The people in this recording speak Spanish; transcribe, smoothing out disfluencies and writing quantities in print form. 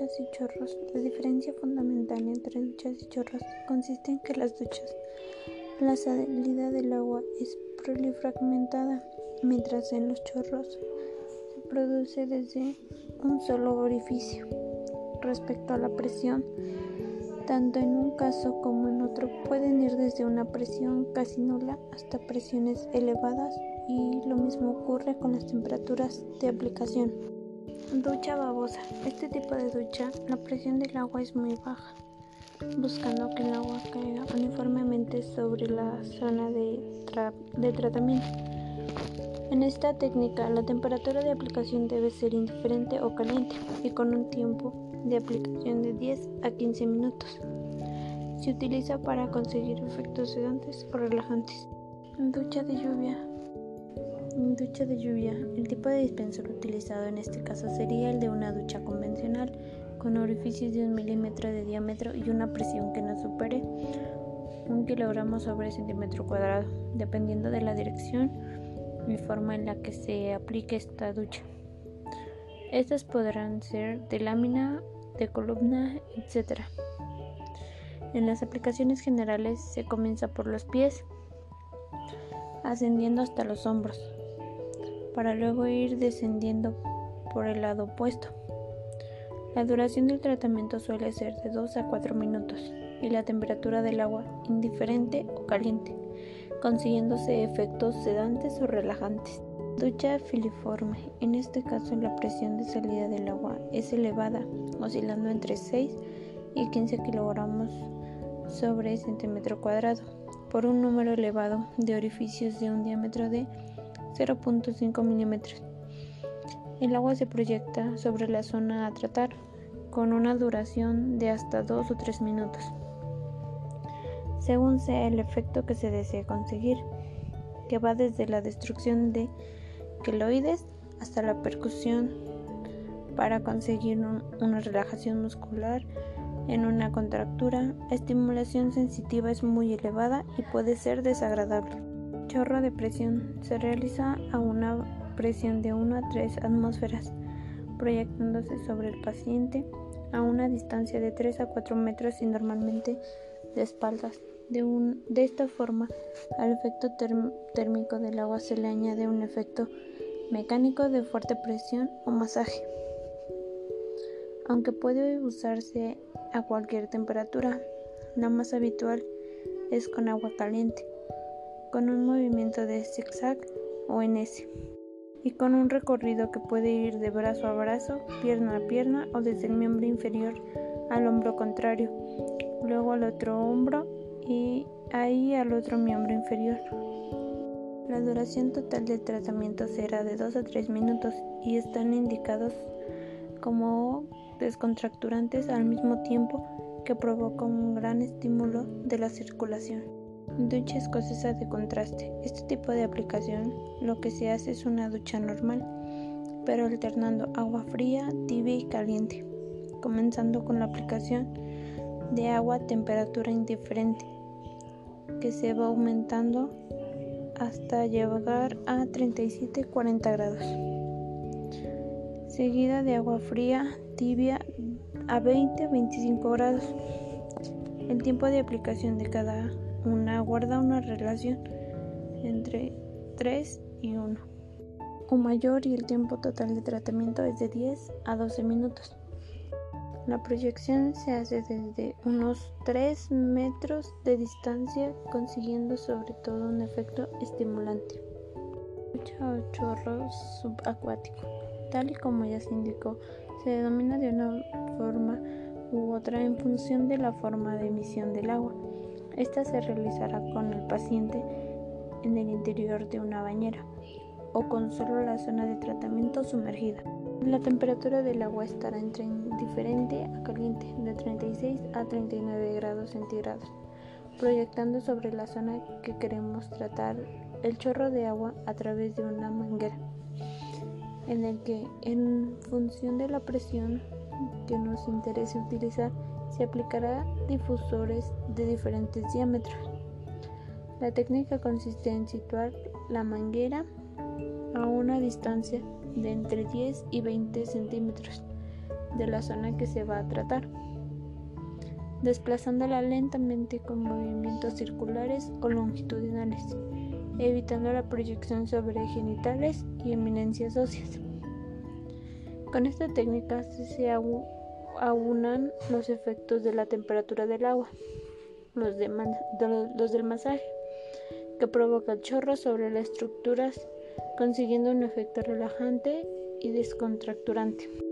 Duchas y chorros. La diferencia fundamental entre duchas y chorros consiste en que las duchas, la salida del agua es polifragmentada, mientras en los chorros se produce desde un solo orificio. Respecto a la presión, tanto en un caso como en otro pueden ir desde una presión casi nula hasta presiones elevadas, y lo mismo ocurre con las temperaturas de aplicación. Ducha babosa. Este tipo de ducha, la presión del agua es muy baja, buscando que el agua caiga uniformemente sobre la zona de tratamiento. En esta técnica, la temperatura de aplicación debe ser indiferente o caliente y con un tiempo de aplicación de 10 a 15 minutos. Se utiliza para conseguir efectos sedantes o relajantes. Ducha de lluvia. Ducha de lluvia. El tipo de dispensador utilizado en este caso sería el de una ducha convencional, con orificios de 1 milímetro de diámetro y una presión que no supere 1 kilogramo sobre centímetro cuadrado, dependiendo de la dirección y forma en la que se aplique esta ducha. Estas podrán ser de lámina, de columna, etc. En las aplicaciones generales se comienza por los pies, ascendiendo hasta los hombros, para luego ir descendiendo por el lado opuesto. La duración del tratamiento suele ser de 2 a 4 minutos y la temperatura del agua indiferente o caliente, consiguiéndose efectos sedantes o relajantes. Ducha filiforme. En este caso la presión de salida del agua es elevada, oscilando entre 6 y 15 kilogramos sobre centímetro cuadrado, por un número elevado de orificios de un diámetro de 0.5 milímetros. El agua se proyecta sobre la zona a tratar, con una duración de hasta 2 o 3 minutos, según sea el efecto que se desee conseguir, que va desde la destrucción de queloides hasta la percusión para conseguir una relajación muscular en una contractura. La estimulación sensitiva es muy elevada y puede ser desagradable. Chorro de presión. Se realiza a una presión de 1 a 3 atmósferas, proyectándose sobre el paciente a una distancia de 3 a 4 metros y normalmente de espaldas. De esta forma, al efecto térmico del agua se le añade un efecto mecánico de fuerte presión o masaje, aunque puede usarse a cualquier temperatura. La más habitual es con agua caliente, con un movimiento de zigzag o en S, y con un recorrido que puede ir de brazo a brazo, pierna a pierna o desde el miembro inferior al hombro contrario, luego al otro hombro y ahí al otro miembro inferior. La duración total del tratamiento será de 2 a 3 minutos y están indicados como descontracturantes al mismo tiempo que provoca un gran estímulo de la circulación. Ducha escocesa de contraste. Este tipo de aplicación lo que se hace es una ducha normal, pero alternando agua fría, tibia y caliente, comenzando con la aplicación de agua a temperatura indiferente, que se va aumentando hasta llegar a 37-40 grados, seguida de agua fría, tibia a 20-25 grados. El tiempo de aplicación de cada una guarda una relación entre 3 y 1 o mayor, y el tiempo total de tratamiento es de 10 a 12 minutos. La proyección se hace desde unos 3 metros de distancia, consiguiendo sobre todo un efecto estimulante. Ducha o chorro subacuático. Tal y como ya se indicó, se denomina de una forma u otra en función de la forma de emisión del agua. Esta se realizará con el paciente en el interior de una bañera o con solo la zona de tratamiento sumergida. La temperatura del agua estará entre indiferente a caliente, de 36 a 39 grados centígrados, proyectando sobre la zona que queremos tratar el chorro de agua a través de una manguera, en el que, en función de la presión que nos interese utilizar, se aplicará difusores de diferentes diámetros. La técnica consiste en situar la manguera a una distancia de entre 10 y 20 centímetros de la zona que se va a tratar, desplazándola lentamente con movimientos circulares o longitudinales, evitando la proyección sobre genitales y eminencias óseas. Con esta técnica se aunan los efectos de la temperatura del agua, los del masaje, que provoca el chorro sobre las estructuras, consiguiendo un efecto relajante y descontracturante.